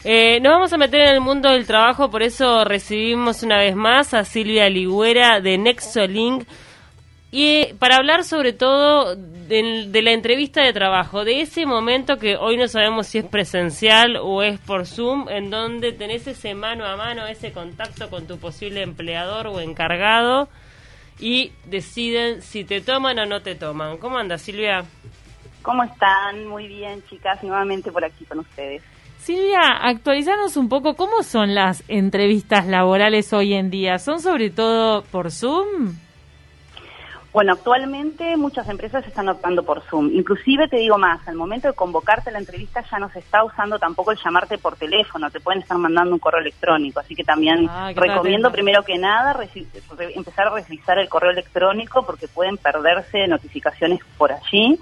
Nos vamos a meter en el mundo del trabajo, por eso recibimos una vez más a Silvia Ligüera de Nexolink, y para hablar sobre todo de la entrevista de trabajo, de ese momento que hoy no sabemos si es presencial o es por Zoom, en donde tenés ese mano a mano, ese contacto con tu posible empleador o encargado y deciden si te toman o no te toman. ¿Cómo andas, Silvia? ¿Cómo están? Muy bien, chicas, nuevamente por aquí con ustedes. Silvia, actualizanos un poco, ¿cómo son las entrevistas laborales hoy en día? ¿Son sobre todo por Zoom? Bueno, actualmente muchas empresas están optando por Zoom. Inclusive te digo más, al momento de convocarte a la entrevista ya no se está usando tampoco el llamarte por teléfono, te pueden estar mandando un correo electrónico, así que también recomiendo primero que nada empezar a revisar el correo electrónico porque pueden perderse notificaciones por allí.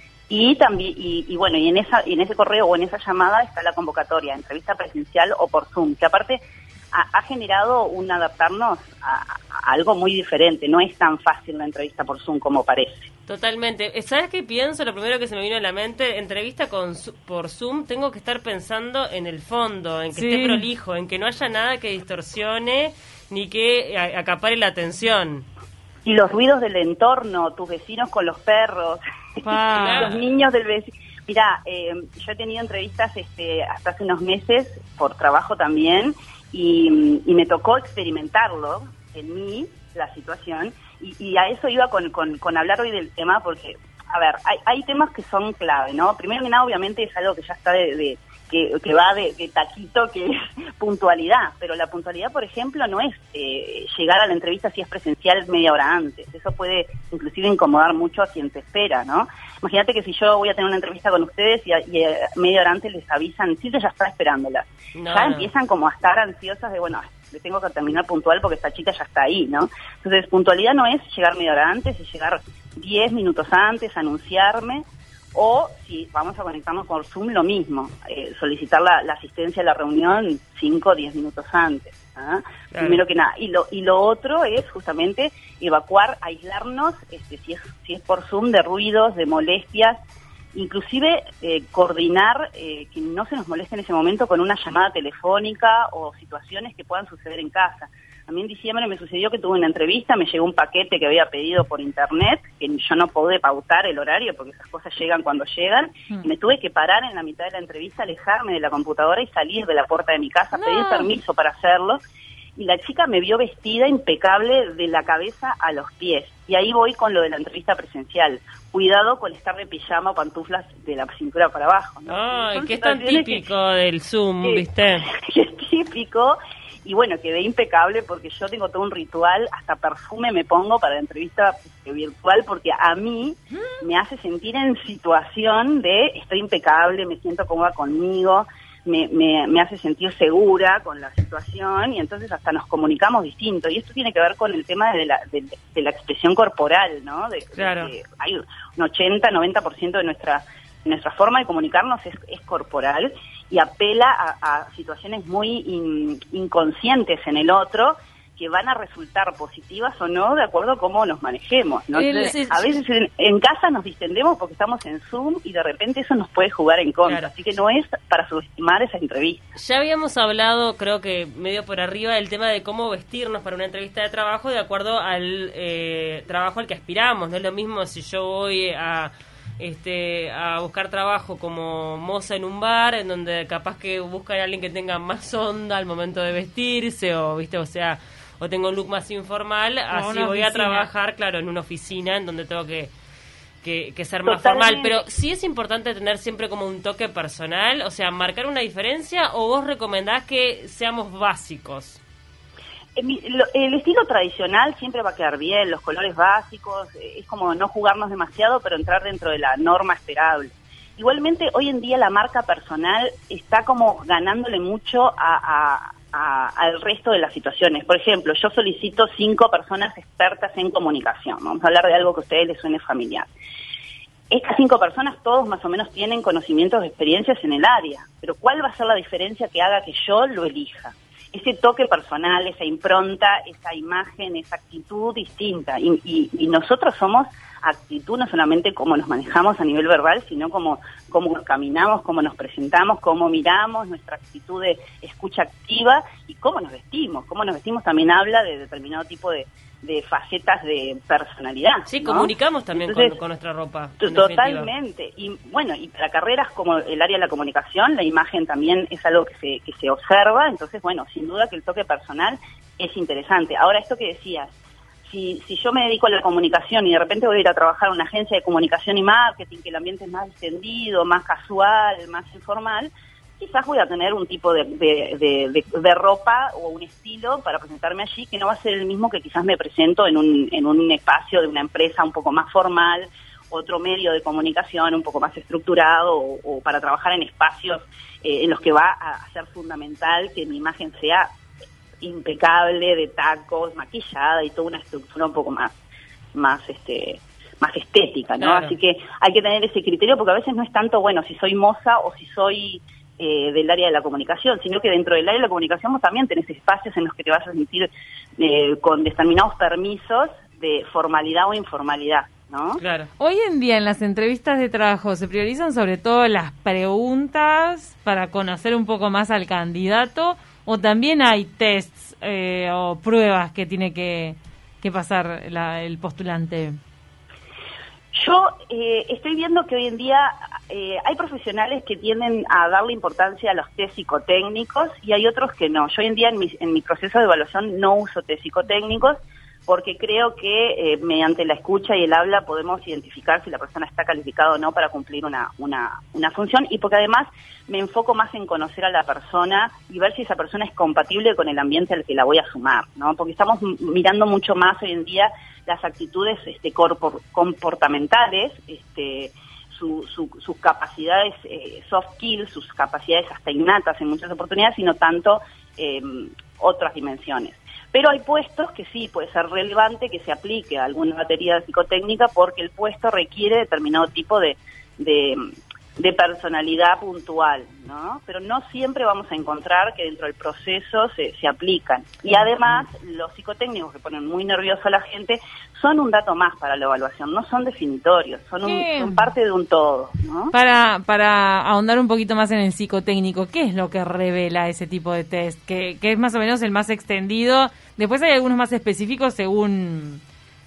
Y también y bueno, y en ese correo o en esa llamada está la convocatoria, entrevista presencial o por Zoom, que aparte ha generado un adaptarnos a algo muy diferente. No es tan fácil la entrevista por Zoom como parece. Totalmente. ¿Sabes qué pienso? Lo primero que se me vino a la mente, entrevista por Zoom, tengo que estar pensando en el fondo, en que esté prolijo, en que no haya nada que distorsione ni que acapare la atención. Y los ruidos del entorno, tus vecinos con los perros, los niños del vecino. Mirá, yo he tenido entrevistas hasta hace unos meses, por trabajo también, y me tocó experimentarlo en mí, la situación, y a eso iba con hablar hoy del tema, porque, a ver, hay temas que son clave, ¿no? Primero que nada, obviamente, es algo que ya está que va de taquito, que es puntualidad, pero la puntualidad, por ejemplo, no es llegar a la entrevista si es presencial media hora antes. Eso puede inclusive incomodar mucho a quien te espera, ¿no? Imagínate que si yo voy a tener una entrevista con ustedes y media hora antes les avisan, sí, ya está esperándola. Ya empiezan como a estar ansiosas de, bueno, le tengo que terminar puntual porque esta chica ya está ahí, ¿no? Entonces, puntualidad no es llegar media hora antes, es llegar 10 minutos antes, anunciarme. O si vamos a conectarnos por Zoom, lo mismo, solicitar la asistencia a la reunión 5 o 10 minutos antes. ¿Ah? Claro. Primero que nada. Y lo otro es justamente evacuar, aislarnos, si es por Zoom, de ruidos, de molestias, inclusive coordinar que no se nos moleste en ese momento con una llamada telefónica o situaciones que puedan suceder en casa. A mí en diciembre me sucedió que tuve una entrevista, me llegó un paquete que había pedido por internet, que yo no pude pautar el horario porque esas cosas llegan cuando llegan, y me tuve que parar en la mitad de la entrevista, alejarme de la computadora y salir de la puerta de mi casa, pedir permiso para hacerlo, y la chica me vio vestida impecable de la cabeza a los pies, y ahí voy con lo de la entrevista presencial. Cuidado con estar de pijama o pantuflas de la cintura para abajo, ¿no? Ay, que es tan típico del Zoom, ¿viste? Que es típico. Y bueno, quedé impecable porque yo tengo todo un ritual, hasta perfume me pongo para la entrevista virtual, porque a mí me hace sentir en situación de estoy impecable, me siento cómoda conmigo, me hace sentir segura con la situación, y entonces hasta nos comunicamos distinto. Y esto tiene que ver con el tema de la expresión corporal, ¿no? Claro. De hay un 80-90% de nuestra forma de comunicarnos es corporal, y apela a situaciones muy inconscientes en el otro, que van a resultar positivas o no de acuerdo a cómo nos manejemos, ¿no? Entonces, a veces en casa nos distendemos porque estamos en Zoom y de repente eso nos puede jugar en contra, claro. Así que no es para subestimar esa entrevista. Ya habíamos hablado, creo que medio por arriba, del tema de cómo vestirnos para una entrevista de trabajo de acuerdo al trabajo al que aspiramos. No es lo mismo si yo voy a buscar trabajo como moza en un bar, en donde capaz que buscan a alguien que tenga más onda al momento de vestirse, o o tengo un look más informal, así voy a trabajar, claro, en una oficina en donde tengo que ser más formal. Pero sí es importante tener siempre como un toque personal, o sea, marcar una diferencia, o vos recomendás que seamos básicos. El estilo tradicional siempre va a quedar bien, los colores básicos, es como no jugarnos demasiado, pero entrar dentro de la norma esperable. Igualmente, hoy en día la marca personal está como ganándole mucho al resto de las situaciones. Por ejemplo, yo solicito 5 personas expertas en comunicación. Vamos a hablar de algo que a ustedes les suene familiar. Estas 5 personas, todos más o menos tienen conocimientos de experiencias en el área, pero ¿cuál va a ser la diferencia que haga que yo lo elija? Ese toque personal, esa impronta, esa imagen, esa actitud distinta. Y nosotros somos actitud, no solamente cómo nos manejamos a nivel verbal, sino cómo caminamos, cómo nos presentamos, cómo miramos, nuestra actitud de escucha activa y cómo nos vestimos. Cómo nos vestimos también habla de determinado tipo de facetas de personalidad. Sí, ¿no? comunicamos también. Entonces, con nuestra ropa. Totalmente. Y bueno, y para carreras como el área de la comunicación, la imagen también es algo que se observa. Entonces, bueno, sin duda que el toque personal es interesante. Ahora, esto que decías, si yo me dedico a la comunicación y de repente voy a ir a trabajar a una agencia de comunicación y marketing, que el ambiente es más extendido, más casual, más informal, quizás voy a tener un tipo de ropa o un estilo para presentarme allí que no va a ser el mismo que quizás me presento en un espacio de una empresa un poco más formal, otro medio de comunicación un poco más estructurado o para trabajar en espacios en los que va a ser fundamental que mi imagen sea impecable, de tacos, maquillada y toda una estructura un poco más estética, ¿no? Claro. Así que hay que tener ese criterio porque a veces no es tanto, bueno, si soy moza o si soy del área de la comunicación, sino que dentro del área de la comunicación vos también tenés espacios en los que te vas a sentir con determinados permisos de formalidad o informalidad, ¿no? Claro. Hoy en día en las entrevistas de trabajo se priorizan sobre todo las preguntas para conocer un poco más al candidato, o también hay tests o pruebas que tiene que pasar el postulante. Yo estoy viendo que hoy en día hay profesionales que tienden a darle importancia a los test psicotécnicos y hay otros que no. Yo hoy en día en mi proceso de evaluación no uso test psicotécnicos porque creo que mediante la escucha y el habla podemos identificar si la persona está calificada o no para cumplir una función y porque además me enfoco más en conocer a la persona y ver si esa persona es compatible con el ambiente al que la voy a sumar, ¿no? Porque estamos mirando mucho más hoy en día las actitudes comportamentales, sus capacidades soft skills, sus capacidades hasta innatas en muchas oportunidades, sino tanto otras dimensiones. Pero hay puestos que sí puede ser relevante que se aplique a alguna batería psicotécnica porque el puesto requiere determinado tipo de personalidad puntual, ¿no? Pero no siempre vamos a encontrar que dentro del proceso se aplican. Y además, los psicotécnicos que ponen muy nervioso a la gente son un dato más para la evaluación, no son definitorios, son parte de un todo, ¿no? Para ahondar un poquito más en el psicotécnico, ¿qué es lo que revela ese tipo de test? Que es más o menos el más extendido. Después hay algunos más específicos según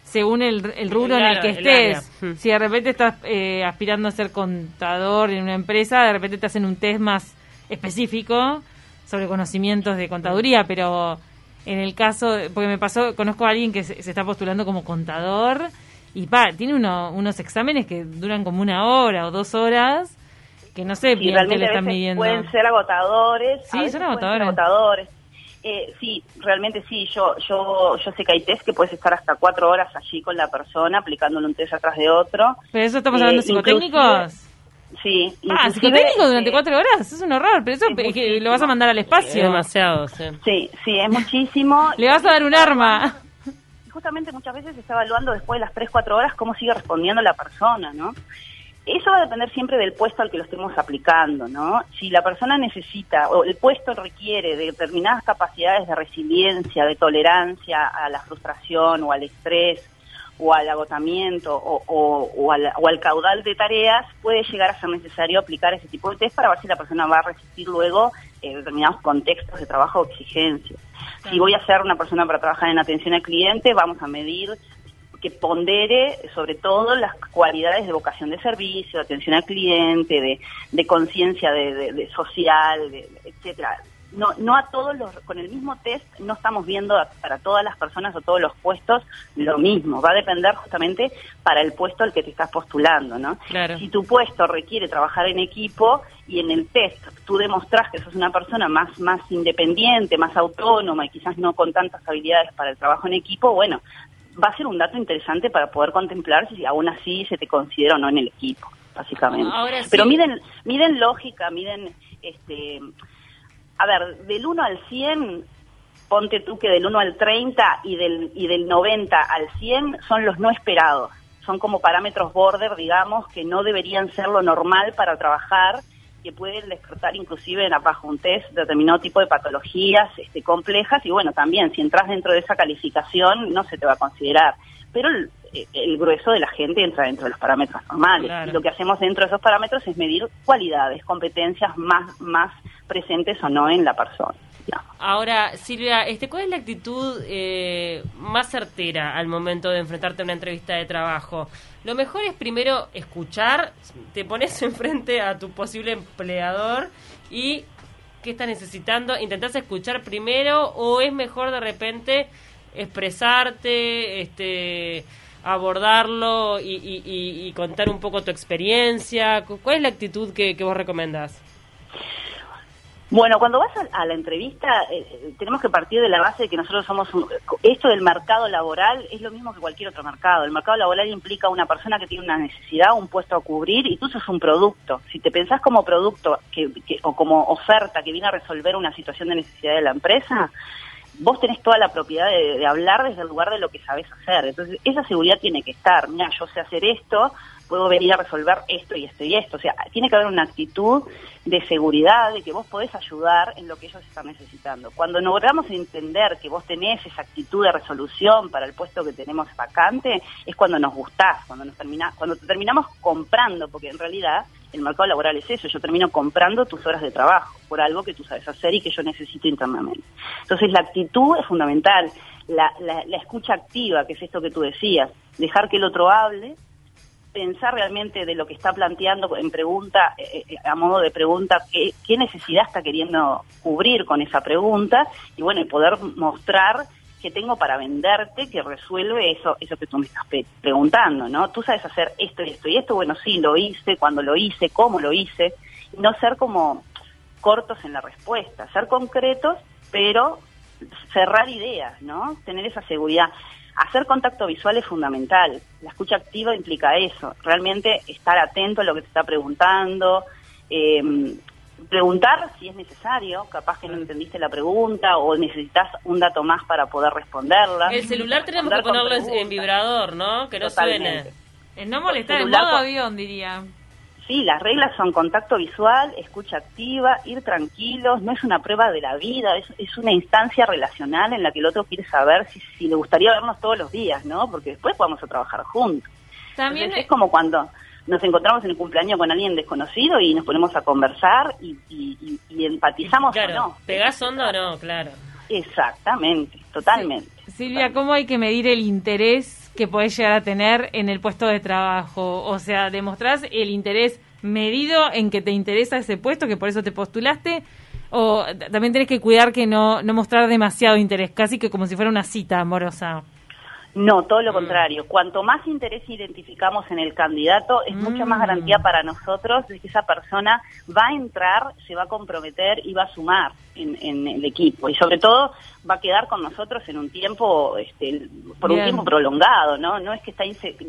el rubro en el que estés. Si de repente estás aspirando a ser contador en una empresa, de repente te hacen un test más específico sobre conocimientos de contaduría, pero en el caso, porque conozco a alguien que se está postulando como contador y tiene unos exámenes que duran como 1 hora o 2 horas, que no sé bien qué le están midiendo. Pueden ser agotadores. Sí, son agotadores. Sí, realmente sí. Yo sé que hay test que puedes estar hasta 4 horas allí con la persona aplicándole un test atrás de otro. ¿Pero eso estamos hablando de psicotécnicos? Sí. ¿Psicotécnicos durante 4 horas? Es un horror, pero eso es que lo vas a mandar al espacio. Es demasiado, sí. Sí, es muchísimo. Le vas a dar un arma. Justamente muchas veces se está evaluando después de las 3-4 horas cómo sigue respondiendo la persona, ¿no? Eso va a depender siempre del puesto al que lo estemos aplicando, ¿no? Si la persona necesita o el puesto requiere de determinadas capacidades de resiliencia, de tolerancia a la frustración o al estrés o al agotamiento o al caudal de tareas, puede llegar a ser necesario aplicar ese tipo de test para ver si la persona va a resistir luego determinados contextos de trabajo o exigencias. Si voy a ser una persona para trabajar en atención al cliente, vamos a medir que pondere sobre todo las cualidades de vocación de servicio, de atención al cliente, de conciencia de social, etcétera. No a todos con el mismo test no estamos viendo para todas las personas o todos los puestos lo mismo. Va a depender justamente para el puesto al que te estás postulando, ¿no? Claro. Si tu puesto requiere trabajar en equipo y en el test tú demostrás que sos una persona más independiente, más autónoma y quizás no con tantas habilidades para el trabajo en equipo, bueno, va a ser un dato interesante para poder contemplar si aún así se te considera o no en el equipo, básicamente. Ahora sí. Pero miden lógica, a ver, del 1 al 100, ponte tú que del 1 al 30 y del 90 al 100 son los no esperados. Son como parámetros border, digamos, que no deberían ser lo normal para trabajar, que pueden despertar inclusive bajo un test determinado tipo de patologías complejas y bueno, también si entras dentro de esa calificación no se te va a considerar. Pero el grueso de la gente entra dentro de los parámetros normales. Claro. Y lo que hacemos dentro de esos parámetros es medir cualidades, competencias más presentes o no en la persona. Ahora, Silvia, ¿cuál es la actitud más certera al momento de enfrentarte a una entrevista de trabajo? Lo mejor es primero escuchar, te pones enfrente a tu posible empleador y ¿qué estás necesitando? ¿Intentás escuchar primero o es mejor de repente expresarte, abordarlo y contar un poco tu experiencia? ¿Cuál es la actitud que vos recomendás? Bueno, cuando vas a la entrevista, tenemos que partir de la base de que nosotros somos esto del mercado laboral es lo mismo que cualquier otro mercado. El mercado laboral implica una persona que tiene una necesidad, un puesto a cubrir, y tú sos un producto. Si te pensás como producto o como oferta que viene a resolver una situación de necesidad de la empresa, vos tenés toda la propiedad de hablar desde el lugar de lo que sabés hacer. Entonces, esa seguridad tiene que estar. Mira, yo sé hacer esto, puedo venir a resolver esto y esto y esto. O sea, tiene que haber una actitud de seguridad, de que vos podés ayudar en lo que ellos están necesitando. Cuando logramos entender que vos tenés esa actitud de resolución para el puesto que tenemos vacante, es cuando nos gustás, cuando te terminamos comprando, porque en realidad el mercado laboral es eso, yo termino comprando tus horas de trabajo por algo que tú sabes hacer y que yo necesito internamente. Entonces la actitud es fundamental, la escucha activa, que es esto que tú decías, dejar que el otro hable, pensar realmente de lo que está planteando en pregunta, a modo de pregunta, qué necesidad está queriendo cubrir con esa pregunta, y bueno, y poder mostrar que tengo para venderte, que resuelve eso que tú me estás preguntando, ¿no? Tú sabes hacer esto y esto y esto, bueno, sí, lo hice, cuando lo hice, cómo lo hice, no ser como cortos en la respuesta, ser concretos, pero cerrar ideas, ¿no? Tener esa seguridad. Hacer contacto visual es fundamental. La escucha activa implica eso, realmente estar atento a lo que te está preguntando, preguntar si es necesario, capaz que no entendiste la pregunta o necesitas un dato más para poder responderla. El celular tenemos que ponerlo en vibrador, ¿no? Que no Totalmente. suene. No molestar, en modo avión, diría. Sí, las reglas son contacto visual, escucha activa, ir tranquilos, no es una prueba de la vida, es una instancia relacional en la que el otro quiere saber si le gustaría vernos todos los días, ¿no? Porque después vamos a trabajar juntos. También Entonces, es como cuando nos encontramos en el cumpleaños con alguien desconocido y nos ponemos a conversar y empatizamos claro, o no. ¿Pegás onda o no? Claro. Exactamente, totalmente. Sí. Silvia, ¿cómo hay que medir el interés que podés llegar a tener en el puesto de trabajo? O sea, ¿demostrás el interés medido en que te interesa ese puesto, que por eso te postulaste? ¿O también tenés que cuidar que no mostrar demasiado interés, casi que como si fuera una cita amorosa? No, todo lo contrario. Cuanto más interés identificamos en el candidato, es mucha más garantía para nosotros de que esa persona va a entrar, se va a comprometer y va a sumar en el equipo. Y sobre todo va a quedar con nosotros en un tiempo, por un tiempo prolongado, ¿no? No es que está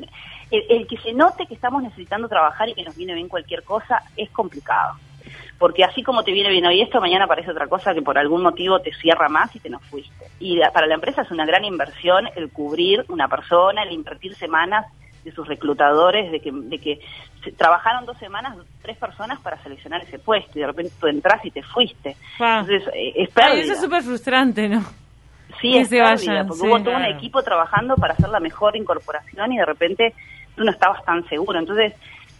el que se note que estamos necesitando trabajar y que nos viene bien cualquier cosa es complicado. Porque así como te viene bien hoy esto, mañana aparece otra cosa que por algún motivo te cierra más y te nos fuiste. Y para la empresa es una gran inversión el cubrir una persona, el invertir semanas de sus reclutadores, de que trabajaron 2 semanas, 3 personas para seleccionar ese puesto y de repente tú entras y te fuiste. Entonces es pérdida. Eso es súper frustrante, ¿no? Sí, es pérdida, porque hubo todo un equipo trabajando para hacer la mejor incorporación y de repente tú no estabas tan seguro. Entonces,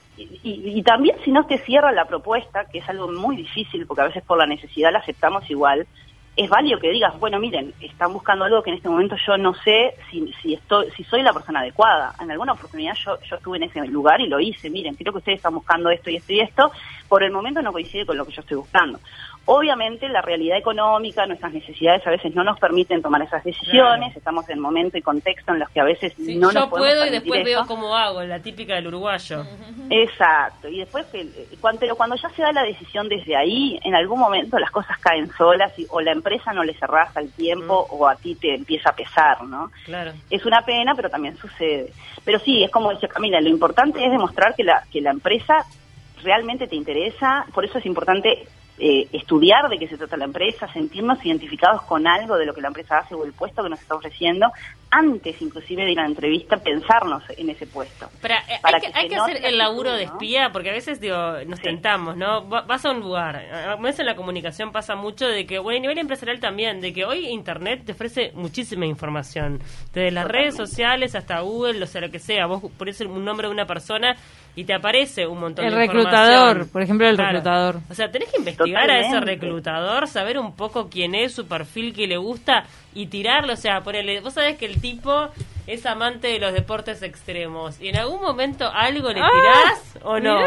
y también si no te cierra la propuesta, que es algo muy difícil, porque a veces por la necesidad la aceptamos igual, es válido que digas, bueno, miren, están buscando algo que en este momento yo no sé si soy la persona adecuada. En alguna oportunidad yo estuve en ese lugar y lo hice, miren, creo que ustedes están buscando esto y esto y esto, por el momento no coincide con lo que yo estoy buscando. Obviamente la realidad económica, nuestras necesidades a veces no nos permiten tomar esas decisiones, estamos en momento y contexto en los que a veces no nos podemos permitir. Yo puedo y después veo cómo hago, la típica del uruguayo. Exacto, y después pero cuando ya se da la decisión desde ahí, en algún momento las cosas caen solas o la empresa no le cerrás al tiempo o a ti te empieza a pesar, ¿no? Claro. Es una pena, pero también sucede. Pero sí, es como dice Camila, lo importante es demostrar que la empresa realmente te interesa, por eso es importante estudiar de qué se trata la empresa, sentirnos identificados con algo de lo que la empresa hace o el puesto que nos está ofreciendo, antes inclusive de ir a la entrevista, pensarnos en ese puesto. Pero, hay que hacer el laburo de espía, porque a veces nos tentamos, ¿no? Vas a un lugar, a veces en la comunicación pasa mucho de que, bueno, a nivel empresarial también, de que hoy Internet te ofrece muchísima información, desde las redes sociales hasta Google, o sea, lo que sea, vos pones un nombre de una persona y te aparece un montón de información. El reclutador, por ejemplo, el reclutador. O sea, tenés que investigar a ese reclutador, saber un poco quién es, su perfil, qué le gusta y tirarlo. O sea, ponele, vos sabés que el tipo es amante de los deportes extremos y en algún momento algo le tirás o no.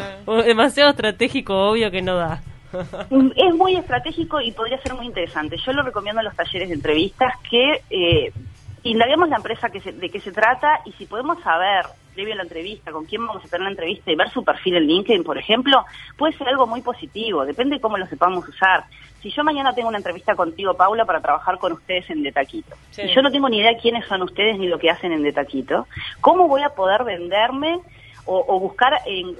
O demasiado estratégico, obvio que no da. Es muy estratégico y podría ser muy interesante. Yo lo recomiendo en los talleres de entrevistas que indaguemos la empresa de qué se trata y si podemos saber previo a la entrevista con quién vamos a tener la entrevista y ver su perfil en LinkedIn, por ejemplo, puede ser algo muy positivo, depende de cómo lo sepamos usar. Si yo mañana tengo una entrevista contigo, Paula, para trabajar con ustedes en De Taquito, y yo no tengo ni idea quiénes son ustedes ni lo que hacen en De Taquito, ¿cómo voy a poder venderme o buscar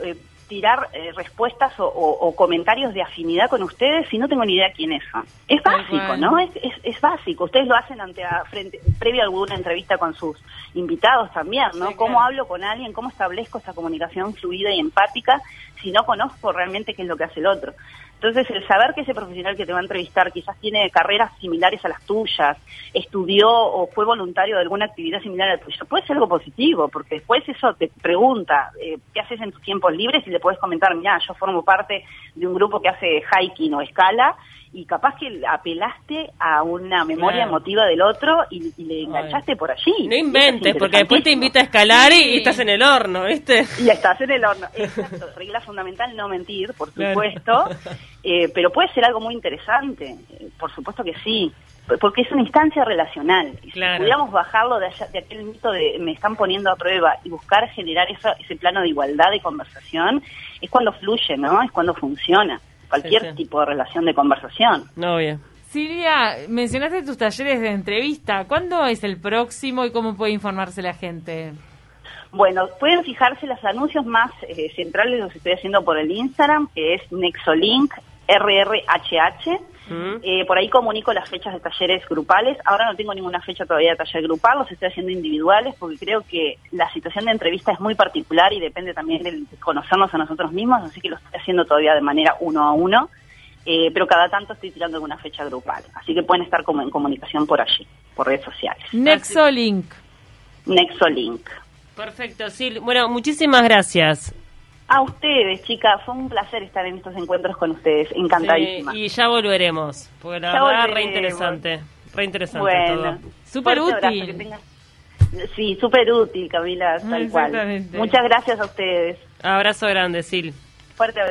tirar respuestas o comentarios de afinidad con ustedes si no tengo ni idea quiénes son? Es básico, ¿no? Es básico. Ustedes lo hacen previo a alguna entrevista con sus invitados también, ¿no? Sí, ¿cómo hablo con alguien? ¿Cómo establezco esa comunicación fluida y empática si no conozco realmente qué es lo que hace el otro? Entonces, el saber que ese profesional que te va a entrevistar quizás tiene carreras similares a las tuyas, estudió o fue voluntario de alguna actividad similar a la tuya, puede ser algo positivo, porque después eso te pregunta, ¿qué haces en tus tiempos libres? Y le puedes comentar, mira, yo formo parte de un grupo que hace hiking o escala, y capaz que apelaste a una memoria emotiva del otro y le enganchaste por allí. No inventes, porque después te invita a escalar y estás en el horno, ¿viste? Y estás en el horno, exacto. Regla fundamental, no mentir, por supuesto, pero puede ser algo muy interesante, por supuesto que sí, porque es una instancia relacional. Y si pudiéramos bajarlo de aquel mito de me están poniendo a prueba y buscar generar ese plano de igualdad de conversación, es cuando fluye, ¿no? Es cuando funciona cualquier tipo de relación de conversación. No, bien. Silvia, mencionaste tus talleres de entrevista. ¿Cuándo es el próximo y cómo puede informarse la gente? Bueno, pueden fijarse los anuncios más centrales, los estoy haciendo por el Instagram, que es Nexolink RRHH. Por ahí comunico las fechas de talleres grupales. Ahora no tengo ninguna fecha todavía de taller grupal, los estoy haciendo individuales porque creo que la situación de entrevista es muy particular y depende también de conocernos a nosotros mismos, así que lo estoy haciendo todavía de manera 1 a 1, pero cada tanto estoy tirando alguna fecha grupal, así que pueden estar como en comunicación por allí, por redes sociales. Nexolink. Perfecto, sí. Bueno, muchísimas gracias. A ustedes, chicas, fue un placer estar en estos encuentros con ustedes, encantadísima. Sí, y ya volveremos, porque la verdad re interesante bueno, todo. Súper útil. Sí, súper útil, Camila, tal cual. Muchas gracias a ustedes. Abrazo grande, Sil. Fuerte abrazo.